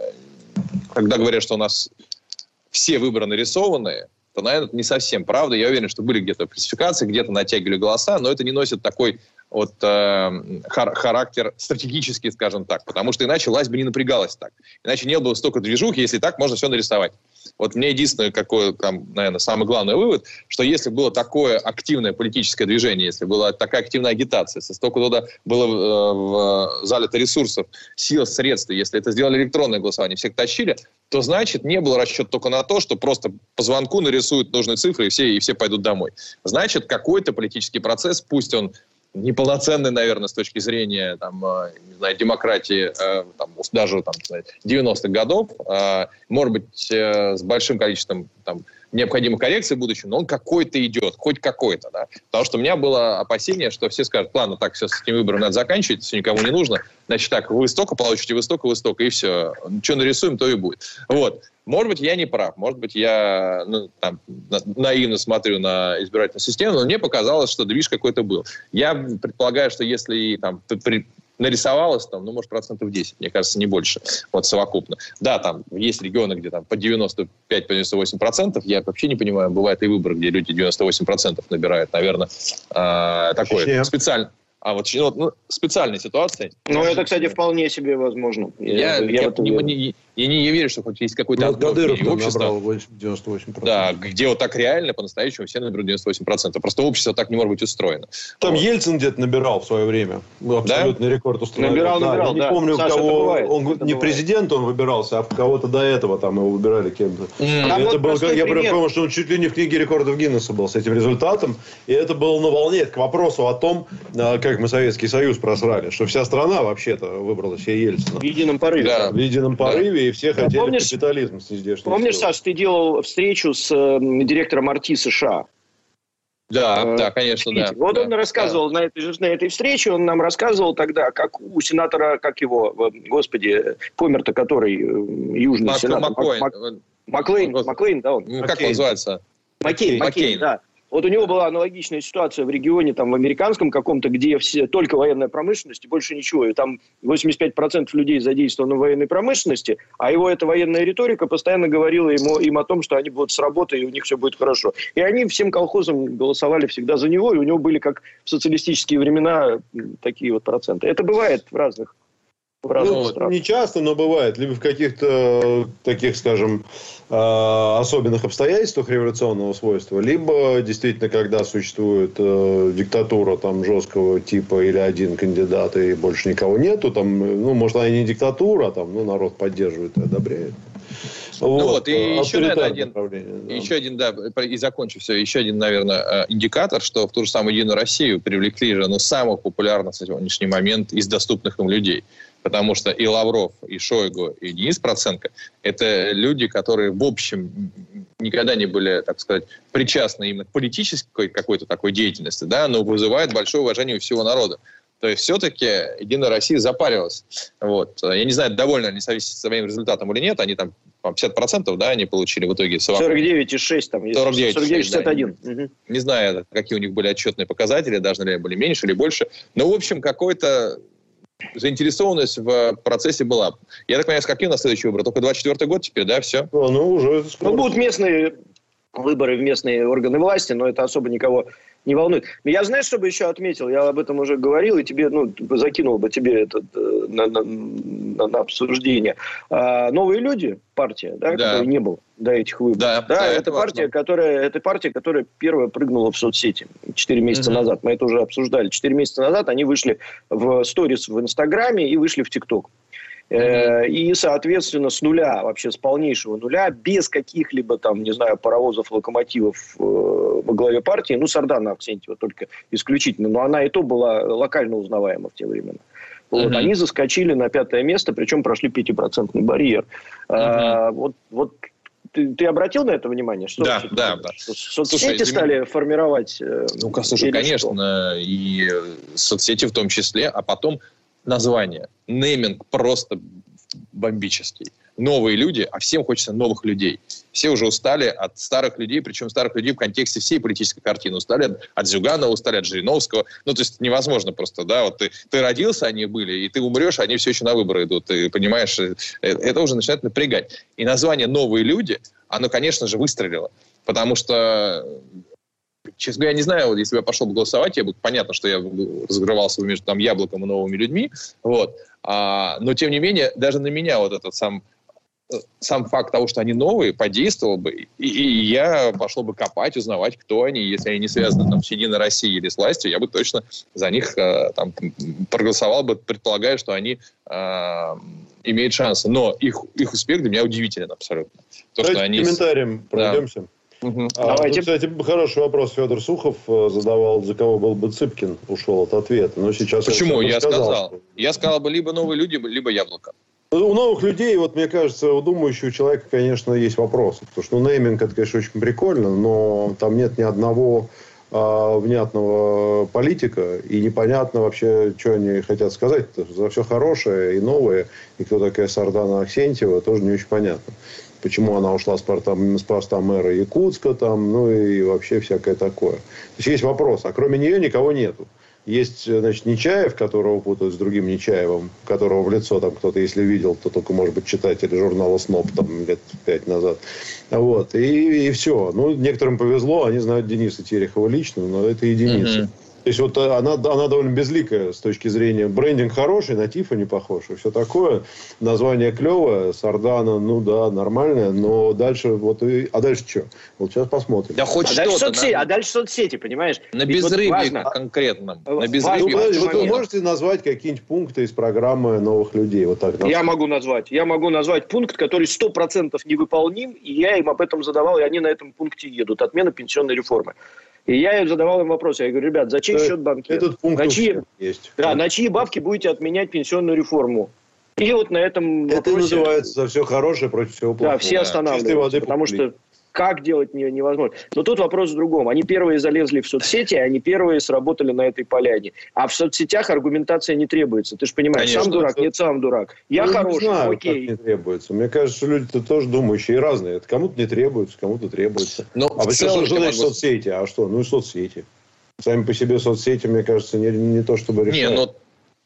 когда говорят, что у нас все выборы нарисованные, то, наверное, это не совсем правда. Я уверен, что были где-то фальсификации, где-то натягивали голоса, но это не носит такой вот, э, хар- характер стратегический, скажем так. Потому что иначе власть бы не напрягалась так. Иначе не было бы столько движухи, если так можно все нарисовать. Вот мне единственное, какой, там, наверное, самый главный вывод, что если было такое активное политическое движение, если была такая активная агитация, если столько туда было э, в, залито ресурсов, сил, средств, если это сделали электронное голосование, всех тащили, то, значит, не был расчет только на то, что просто по звонку нарисуют нужные цифры, и все, и все пойдут домой. Значит, какой-то политический процесс, пусть он неполноценный, наверное, с точки зрения там, э, не знаю, демократии э, там, даже там, девяностых годов, э, может быть, э, с большим количеством там, необходимых коррекций в будущем, но он какой-то идет, хоть какой-то. Да? Потому что у меня было опасение, что все скажут, ладно, так, все с этим выбором надо заканчивать, все никому не нужно, значит так, вы столько получите, вы столько, вы столько, и все. Что нарисуем, то и будет. Вот. Может быть, я не прав, может быть, я ну, там, на, наивно смотрю на избирательную систему, но мне показалось, что движ какой-то был. Я предполагаю, что если там при, нарисовалось, там, ну, может, процентов десять, мне кажется, не больше, вот совокупно. Да, там есть регионы, где там по девяносто пять - девяносто восемь процентов, я вообще не понимаю, бывает и выборы, где люди девяносто восемь процентов набирают, наверное, э, такое специально. А вот ну, специальная ситуация. Ну, это, кстати, вполне себе возможно. Я, я, я, я, не, не, я не верю, что хоть есть какой-то ну, Кадыров общество, набрал девяносто восемь процентов. Да, где вот так реально, по-настоящему, все наберут девяносто восемь процентов. Просто общество так не может быть устроено. Там вот. Ельцин где-то набирал в свое время. Абсолютный да? рекорд установил. Набирал, да, набирал, я не да. помню, Саша, кого. Он бывает, не президент он выбирался, а кого-то до этого там его выбирали кем-то. Mm. Это вот был, я пример. помню, что он чуть ли не в книге рекордов Гиннесса был с этим результатом. И это было на волне к вопросу о том, как мы Советский Союз просрали, что вся страна вообще-то выбрала себе Ельцина. В едином порыве. Да. В едином порыве, да. И все хотели помнишь, капитализм с нездешним. Помнишь, Саш, ты делал встречу с э, директором ар ти США? Да, э, да, конечно, да. Вот да, он рассказывал да. на, этой, на этой встрече, он нам рассказывал тогда, как у сенатора, как его, господи, помер-то который, южный Мак, сенатор. Маккоин. Мак, Маклейн, Маклейн, да он? Ну, как он называется? Маккейн, Маккейн, да. Вот у него была аналогичная ситуация в регионе, там, в американском каком-то, где все, только военная промышленность и больше ничего. И там восемьдесят пять процентов людей задействованы в военной промышленности, а его эта военная риторика постоянно говорила ему, им о том, что они будут с работы, и у них все будет хорошо. И они всем колхозам голосовали всегда за него, и у него были, как в социалистические времена, такие вот проценты. Это бывает в разных Ну, не часто, но бывает. Либо в каких-то таких, скажем, особенных обстоятельствах революционного свойства, либо действительно, когда существует диктатура там, жесткого типа или один кандидат и больше никого нету, там, ну, может, она и не диктатура, там, ну, народ поддерживает и одобряет. Ну вот, вот и еще, наверное, один, да. еще один, да, и закончу все, еще один, наверное, индикатор, что в ту же самую Единую Россию привлекли же, ну, самых популярных на сегодняшний момент из доступных им людей. Потому что и Лавров, и Шойгу, и Денис Проценко – это люди, которые, в общем, никогда не были, так сказать, причастны именно к политической какой-то такой деятельности, да, но вызывают большое уважение у всего народа. То есть все-таки Единая Россия запарилась. Вот. Я не знаю, довольны они своим результатом или нет. Они там пятьдесят процентов, да, они получили в итоге. сорок девять и шесть там. сорок девять шестьдесят один. Да. Угу. Не знаю, какие у них были отчетные показатели, должны ли были меньше или больше. Но, в общем, какой-то заинтересованность в процессе была. Я так понимаю, с каким на следующий выбор? Только двадцать четвёртый год теперь, да, все? Ну, ну уже ну, будут местные выборы в местные органы власти, но это особо никого не волнует. Но я, знаешь, что бы еще отметил? Я об этом уже говорил, и тебе, ну, закинул бы тебе это на, на, на, на обсуждение. А, новые люди, партия, да, да. которой не было до этих выборов. Да, да, да, это, это партия, которая, это партия, которая первая прыгнула в соцсети четыре месяца mm-hmm. назад. Мы это уже обсуждали. четыре месяца назад они вышли в сторис в Инстаграме и вышли в ТикТок. Mm-hmm. И, соответственно, с нуля, вообще с полнейшего нуля, без каких-либо там, не знаю, паровозов, локомотивов во главе партии, ну, Сардана Аксентьева только исключительно, но она и то была локально узнаваема в те времена. Вот, mm-hmm. Они заскочили на пятое место, причем прошли пятипроцентный барьер. Mm-hmm. А, вот, вот ты, ты обратил на это внимание? Что да, да, да. Что соцсети слушай, стали меня... формировать? Ну, слушай, конечно, что? И соцсети в том числе, а потом название. Нейминг просто бомбический. Новые люди, а всем хочется новых людей. Все уже устали от старых людей, причем старых людей в контексте всей политической картины. Устали от, от Зюганова, устали от Жириновского. Ну, то есть невозможно просто, да, вот ты, ты родился, они были, и ты умрешь, они все еще на выборы идут. Ты понимаешь, это уже начинает напрягать. И название «Новые люди», оно, конечно же, выстрелило. Потому что... Честно говоря, я не знаю, вот, если бы я пошел бы голосовать, я бы, понятно, что я разгрывался бы между там, Яблоком и новыми людьми, вот. А, но, тем не менее, даже на меня вот этот сам, сам факт того, что они новые, подействовал бы, и, и я пошел бы копать, узнавать, кто они, если они не связаны там, с «Единой Россией» или с властью, я бы точно за них а, там, проголосовал бы, предполагая, что они а, имеют шансы. Но их, их успех для меня удивителен абсолютно. То, Давайте что они... к комментариям пройдемся. Да. Угу. А, тут, кстати, хороший вопрос Федор Сухов задавал, за кого был бы Цыпкин, ушел от ответа. Но сейчас Почему? Я сказал. сказал что... Я сказал бы либо новые люди, либо Яблоко. У новых людей, вот мне кажется, у думающего человека, конечно, есть вопросы. Потому что ну, нейминг, это, конечно, очень прикольно, но там нет ни одного а, внятного политика, и непонятно вообще, что они хотят сказать. За все хорошее и новое, и кто такая Сардана Аксентьева, тоже не очень понятно. Почему она ушла с поста, с поста мэра Якутска, там, ну и вообще всякое такое. То есть есть вопрос, а кроме нее никого нету. Есть, значит, Нечаев, которого путают с другим Нечаевым, которого в лицо там кто-то, если видел, то только, может быть, читатели журнала «Сноб» там лет пять назад. Вот. И, и все. Ну, некоторым повезло, они знают Дениса Терехова лично, но это единицы. Mm-hmm. То есть, вот она, она довольно безликая с точки зрения... Брендинг хороший, на Тиффани похож, и все такое. Название клевое, Сардана, ну да, нормальное, но дальше вот и... А дальше что? Вот сейчас посмотрим. Да хоть а, что-то. Дальше соцсети, на... а дальше соцсети, понимаешь? На безрыбье вот конкретном. На безрыбье. Ну, подожди, вот вы можете назвать какие-нибудь пункты из программы новых людей? Вот так, я могу назвать. Я могу назвать пункт, который сто процентов невыполним, и я им об этом задавал, и они на этом пункте едут. Отмена пенсионной реформы. И я им задавал им вопрос. Я говорю, ребят, за чей счет банкир? Этот пункт на чьи, есть. Да, на чьи бабки будете отменять пенсионную реформу? И вот на этом это вопросе... называется «за все хорошее против всего плохого». Да, все останавливаются, потому что как делать не, невозможно. Но тут вопрос в другом. Они первые залезли в соцсети, они первые сработали на этой поляне. А в соцсетях аргументация не требуется. Ты же понимаешь, Конечно, сам дурак, это... нет, сам дурак. Я ну, хороший, не знаю, окей. Как не требуется. Мне кажется, что люди-то тоже думающие и разные. Это кому-то не требуется, кому-то требуется. Но а почему что значит могу... соцсети? А что? Ну и соцсети. Сами по себе соцсети, мне кажется, не, не то, чтобы решать. Не, но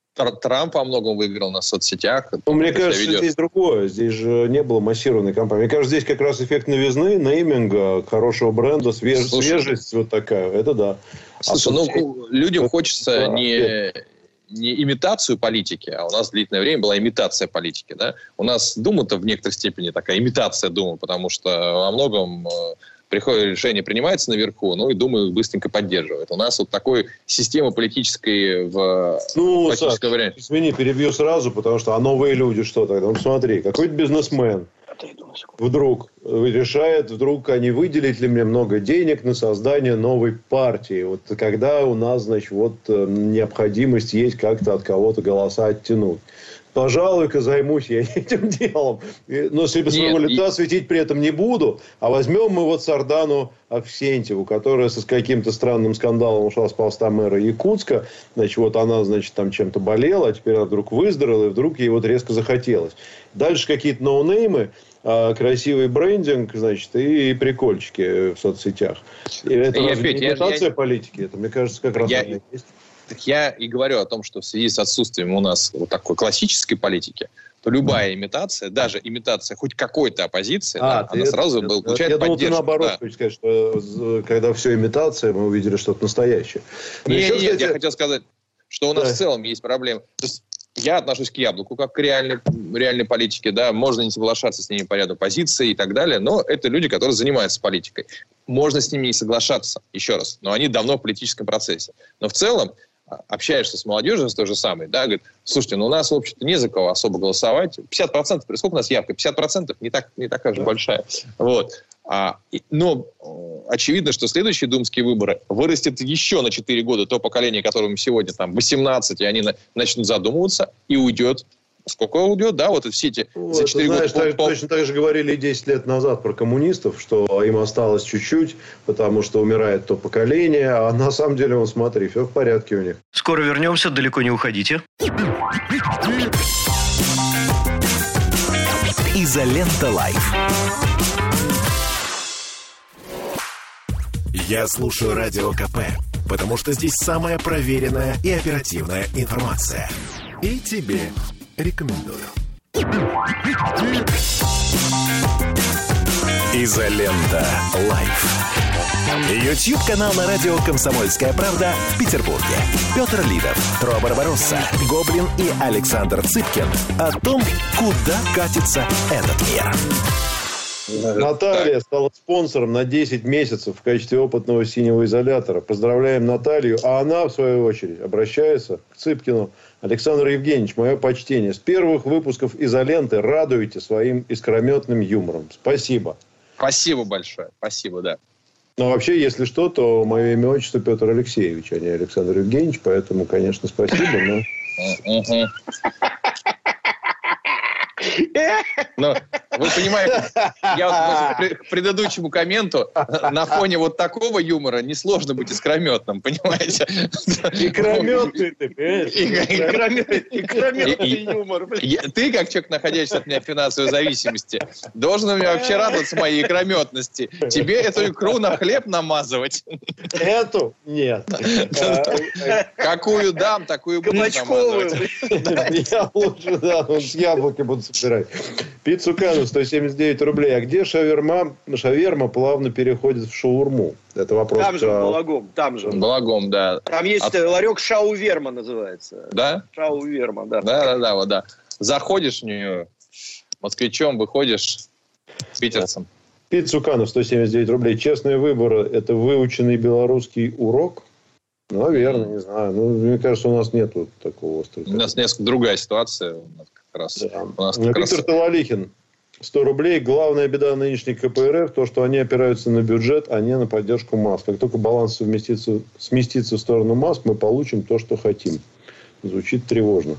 Трамп во многом выиграл на соцсетях. Ну, мне кажется, ведет. Здесь другое. Здесь же не было массированной кампании. Мне кажется, здесь как раз эффект новизны, нейминга, хорошего бренда, свеж... свежесть вот такая. Это да. Слушай, а ну, соцсети... людям это... хочется да, не... не имитацию политики, а у нас длительное время была имитация политики. Да? У нас Дума-то в некоторой степени такая имитация Думы, потому что во многом... приходит решение, принимается наверху, ну и Дума быстренько поддерживает. У нас вот такой система политической в ну, политическом варианте. Извини, перебью сразу, потому что а новые люди что тогда? Ну смотри, какой-то бизнесмен вдруг решает, вдруг они выделить ли мне много денег на создание новой партии. Вот когда у нас, значит, вот необходимость есть как-то от кого-то голоса оттянуть. Пожалуй-ка займусь я этим делом. Но себе своего Нет, лица и... светить при этом не буду. А возьмем мы вот Сардану Аксентьеву, которая с каким-то странным скандалом ушла с поста мэра Якутска. Значит, вот она, значит, там чем-то болела, а теперь она вдруг выздоровела, и вдруг ей вот резко захотелось. Дальше какие-то ноунеймы, красивый брендинг, значит, и прикольчики в соцсетях. И это я, разве Петь, не имитация я... политики? Это, мне кажется, как раз я... есть. Так я и говорю о том, что в связи с отсутствием у нас вот такой классической политики, то любая имитация, даже имитация хоть какой-то оппозиции, а, да, она сразу был, получает я поддержку. Я думал, ты наоборот да. хочешь сказать, что когда все имитация, мы увидели что-то настоящее. Нет, еще, нет, кстати... я хотел сказать, что у нас да. в целом есть проблемы. То есть я отношусь к яблоку как к реальной, реальной политике, да, можно не соглашаться с ними по ряду позиций и так далее, но это люди, которые занимаются политикой. Можно с ними не соглашаться, еще раз, но они давно в политическом процессе. Но в целом общаешься с молодежью, с той же самой, да, говорит, слушайте, ну у нас в общем-то не за кого особо голосовать. пятьдесят процентов, сколько у нас явка? пятьдесят процентов не, так, не такая же да. большая. Вот. А, и, но очевидно, что следующие думские выборы вырастет еще на четыре года то поколение, которому сегодня там восемнадцать, и они на, начнут задумываться, и уйдет. Сколько уйдет, да, вот все эти ну, за четыре года. Так, по... Точно так же говорили десять лет назад про коммунистов, что им осталось чуть-чуть, потому что умирает то поколение, а на самом деле, вон, смотри, все в порядке у них. Скоро вернемся, далеко не уходите. Изолента Лайф. Я слушаю Радио КП, потому что здесь самая проверенная и оперативная информация. И тебе рекомендую. Изолента Лайф. Ютьюб-канал на радио «Комсомольская правда» в Петербурге. Петр Лидов, Тро Барбаросса, Гоблин и Александр Цыпкин о том, куда катится этот мир. Наталья стала спонсором на десять месяцев в качестве опытного синего изолятора. Поздравляем Наталью. А она, в свою очередь, обращается к Цыпкину. Александр Евгеньевич, мое почтение. С первых выпусков «Изоленты» радуете своим искрометным юмором. Спасибо. Спасибо большое. Спасибо, да. Но вообще, если что, то мое имя, отчество Петр Алексеевич, а не Александр Евгеньевич. Поэтому, конечно, спасибо. Но... Но вы понимаете, я вот к предыдущему комменту на фоне вот такого юмора несложно быть искрометным, понимаете? Икрометный ты, понимаешь? Икрометный юмор. Ты, как человек, находящийся от меня в финансовой зависимости, должен мне вообще радоваться моей икрометности. Тебе эту икру на хлеб намазывать? Эту? Нет. Какую дам, такую буду намазывать. Я лучше, да, с яблоки буду собирать. Пиццу Кану сто семьдесят девять рублей. А где шаверма? Шаверма плавно переходит в шаурму. Это вопрос. Там же, в Балагом. Там же. Балагом, да. Там есть От... ларек Шауверма называется. Да? Шауверма, да. Да, да, да, вот, да. Заходишь в нее москвичом, выходишь питерцем. Пиццу Кану сто семьдесят девять рублей. Честный выбор – это выученный белорусский урок? Наверное, не знаю. Ну, мне кажется, у нас нет такого острова. У нас несколько другая ситуация. У нас как раз, да. у нас как Виктор раз... Талалихин. сто рублей. Главная беда нынешней КПРФ, то, что они опираются на бюджет, а не на поддержку масс. Как только баланс совместится, сместится в сторону масс, мы получим то, что хотим. Звучит тревожно.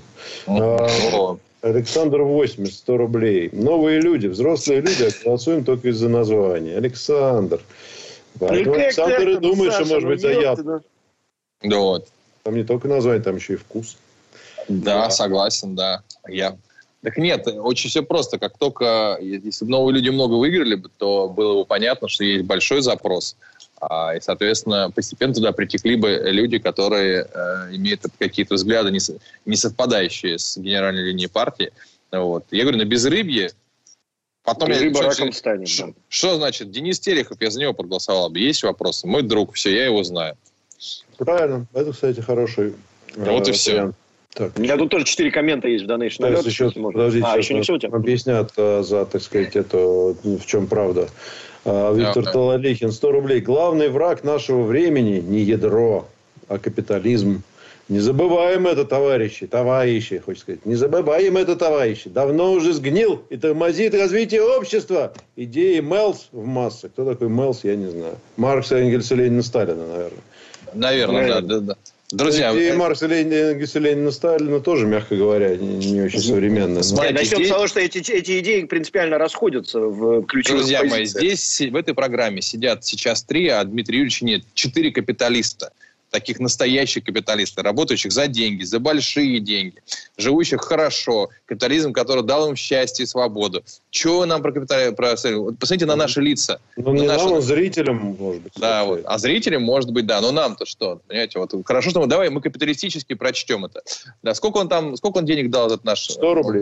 А, Александр восемьдесят, сто рублей. Новые люди, взрослые люди, голосуем только из-за названия. Александр. Поэтому Александр и думает, что может быть за яд. Да вот. Там не только название, там еще и вкус. Да, да. Согласен, да. Я... Так нет, очень все просто. Как только, если бы новые люди много выиграли, то было бы понятно, что есть большой запрос. А, и, соответственно, постепенно туда притекли бы люди, которые э, имеют какие-то взгляды, не, не совпадающие с генеральной линией партии. Вот. Я говорю, на безрыбье... Потом я, что, станем, что, да. что значит? Денис Терехов, я за него проголосовал. Есть вопросы? Мой друг, все, я его знаю. Правильно. Это, кстати, хороший Вот э, и все. Так. У меня тут тоже четыре коммента есть в Donation Alert. Еще, подождите, а, еще не все у тебя? Объяснят а, за, так сказать, это, в чем правда. А, Виктор да, Талалихин, сто рублей. Главный враг нашего времени не ядро, а капитализм. Не забываем это, товарищи. Товарищи, хочется сказать. Не забываем это, товарищи. Давно уже сгнил и тормозит развитие общества. Идеи Мэлс в массы. Кто такой Мэлс, я не знаю. Маркса, Энгельса, Ленина, Сталина, наверное. Наверное, наверное. да, да, да. Друзья, и Маркса, Ленина, Ленина, Сталина тоже, мягко говоря, не, не очень современные. Начнем с того, что эти, эти идеи принципиально расходятся в ключевых Друзья позициях. мои, здесь, в этой программе сидят сейчас три, а Дмитрия Юрьевича нет. Четыре капиталиста. Таких настоящих капиталистов, работающих за деньги, за большие деньги, живущих хорошо, капитализм, который дал им счастье и свободу. Чего нам про капитализм? Про... Посмотрите на наши лица. Ну, не наши... нам, а зрителям, может быть. Да, вот. А зрителям, может быть, да. Но нам-то что? Понимаете, вот хорошо, что мы, давай мы капиталистически прочтем это. Да, сколько он там, сколько он денег дал, этот наш... сто рублей.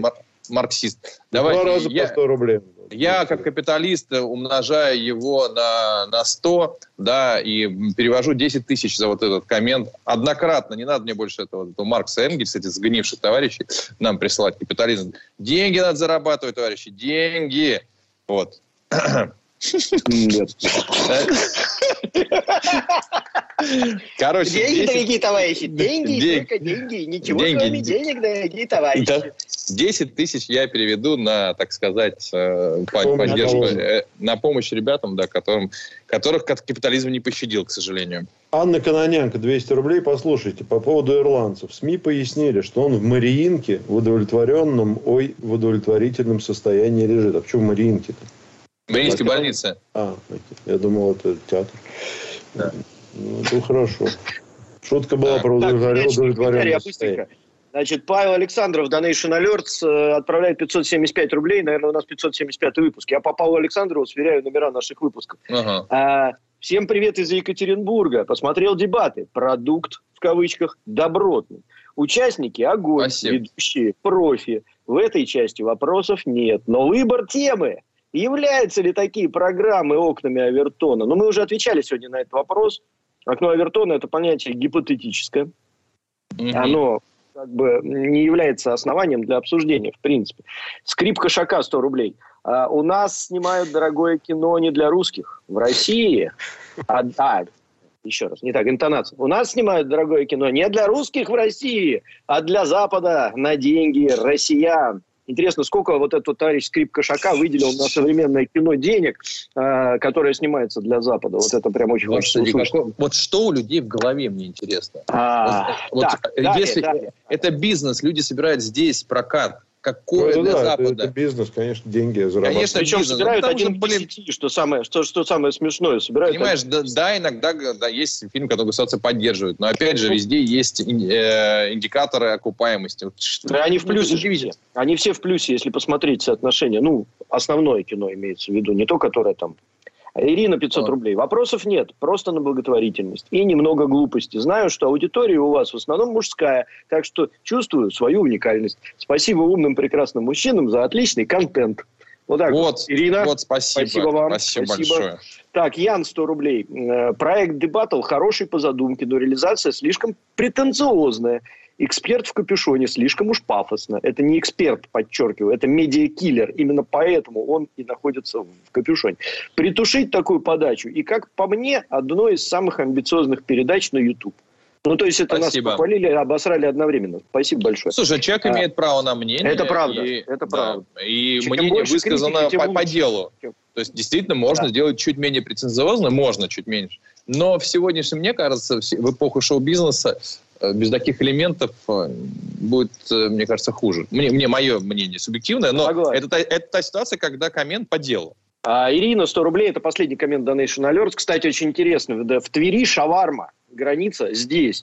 марксист. Два Давайте, раза я, по сто рублей. Я, как капиталист, умножаю его на, на сто, да, и перевожу десять тысяч за вот этот коммент однократно. Не надо мне больше этого, этого Маркса и Энгельса, этих сгнивших товарищей, нам присылать капитализм. Деньги надо зарабатывать, товарищи, деньги. Вот. Нет. Короче, деньги, десять... дорогие товарищи, деньги, День... только деньги, ничего деньги. кроме денег, дорогие товарищи. десять тысяч я переведу на, так сказать, поддержку, на помощь ребятам, да, которым, которых капитализм не пощадил, к сожалению. Анна Кононянко, двести рублей. Послушайте, по поводу ирландцев. СМИ пояснили, что он в Мариинке в удовлетворенном, ой, в удовлетворительном состоянии лежит. А почему в Мариинке-то? Мариинская больница. А, я думал, это театр. Да. Ну, это хорошо. Шутка была да. про удовлетворенное состояние. Значит, Павел Александров, Donation Alerts, отправляет пятьсот семьдесят пять рублей. Наверное, у нас пятьсот семьдесят пятый выпуск. Я по Павлу Александрову сверяю номера наших выпусков. Ага. А, всем привет из Екатеринбурга. Посмотрел дебаты. Продукт, в кавычках, добротный. Участники – огонь. Спасибо. Ведущие – профи. В этой части вопросов нет. Но выбор темы. Являются ли такие программы окнами Овертона? Ну, мы уже отвечали сегодня на этот вопрос. Окно Овертона – это понятие гипотетическое. Mm-hmm. Оно как бы не является основанием для обсуждения, в принципе. Скрипка Шака сто рублей. А, у нас снимают дорогое кино не для русских. В России... А, а, еще раз, не так, интонация. У нас снимают дорогое кино не для русских в России, а для Запада на деньги россиян. Интересно, сколько вот этот товарищ Скрипка Шака выделил на современное кино денег, э, которое снимается для Запада. Вот это прям очень хочется услышать. Какой, вот что у людей в голове, мне интересно. А, вот, так, вот, далее, если далее. это бизнес, люди собирают здесь прокат. Какое ну, для да, Запада? Это, это бизнес, конечно, деньги зарабатывают. Конечно, Причем бизнес. собирают Ну, один же, блин, десяти, что самое, что, что самое смешное. Собирают понимаешь, да, да, иногда да, есть фильм, который государство поддерживает, но опять же везде есть э, индикаторы окупаемости. Вот, что, да, они в плюсе ну, же. Они все в плюсе, если посмотреть соотношение. Ну, основное кино имеется в виду, не то, которое там... Ирина, пятьсот рублей. Вопросов нет, просто на благотворительность. И немного глупости. Знаю, что аудитория у вас в основном мужская, так что чувствую свою уникальность. Спасибо умным, прекрасным мужчинам за отличный контент. Вот так вот, вот. Ирина, вот, спасибо. Спасибо вам. Спасибо, спасибо большое. Так, Ян, сто рублей. Проект «Дебаттл» хороший по задумке, но реализация слишком претенциозная. Эксперт в капюшоне слишком уж пафосно. Это не эксперт, подчеркиваю, это медиакиллер. Именно поэтому он и находится в капюшоне. Притушить такую подачу. И, как по мне, одной из самых амбициозных передач на YouTube. Ну, то есть, это Спасибо. Нас похвалили и обосрали одновременно. Спасибо большое. Слушай, человек а, имеет право на мнение. Это правда. И, это да, правда. И чем мнение высказано критики, по, по делу. То есть, действительно, можно да. сделать чуть менее претенциозно, можно чуть меньше. Но в сегодняшнем, мне кажется, в эпоху шоу-бизнеса без таких элементов будет, мне кажется, хуже. Мне, мне мое мнение субъективное, но это, это та ситуация, когда коммент по делу. А, Ирина, сто рублей, это последний коммент Donation Alerts. Кстати, очень интересно, да, в Твери шаварма, граница здесь.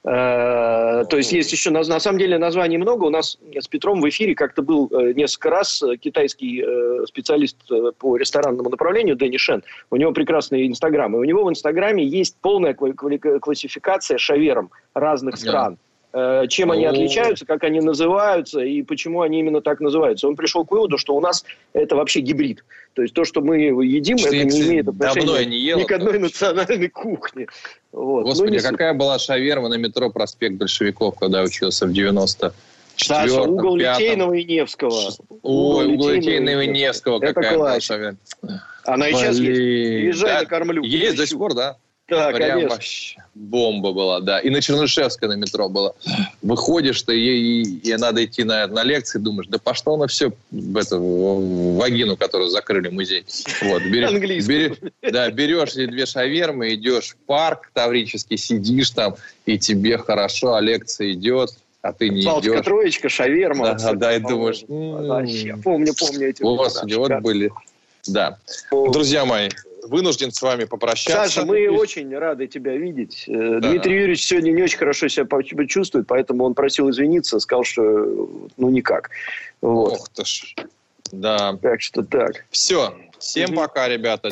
Э, то есть есть еще, на, на самом деле, названий много. У нас с Петром в эфире как-то был э, несколько раз китайский э, специалист э, по ресторанному направлению Дэнни Шен. У него прекрасный инстаграм. И у него в инстаграме есть полная классификация шаверм разных стран. Э, чем они отличаются, как они называются и почему они именно так называются. Он пришел к выводу, что у нас это вообще гибрид. То есть то, что мы едим, что это не имеет отношения не ел, ни к одной национальной кухне. Вот. Господи, ну, какая была шаверма на метро «Проспект Большевиков», когда я учился в девяносто четвёртом, Саша, угол пятом. Литейного и Невского. Ой, угол Литейного и Невского. Какая была шаверма. Она и сейчас есть. Езжай, да, накормлю. Есть до сих пор, да? Да, прям конечно. Вообще бомба была, да. И на Чернышевской на метро было. Выходишь ты, и, и, и надо идти на, на лекции, думаешь, да пошло на все в, это, в вагину, которую закрыли музей. Вот, берешь, берешь, да, берешь эти две шавермы, идешь в парк таврический, сидишь там, и тебе хорошо, а лекция идет, а ты не Балтика, идешь. троечка, шаверма. Да, да, и думаешь... Вообще, помню, помню эти. Господи, вот были... Да. Друзья мои, вынужден с вами попрощаться. Саша, мы очень рады тебя видеть. Да. Дмитрий Юрьевич сегодня не очень хорошо себя чувствует, поэтому он просил извиниться, сказал, что ну никак. Вот. Ох ты ж. Да. Так что так. Все. Всем угу. пока, ребята.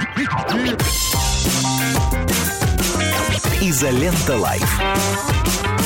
Изолента Лайф.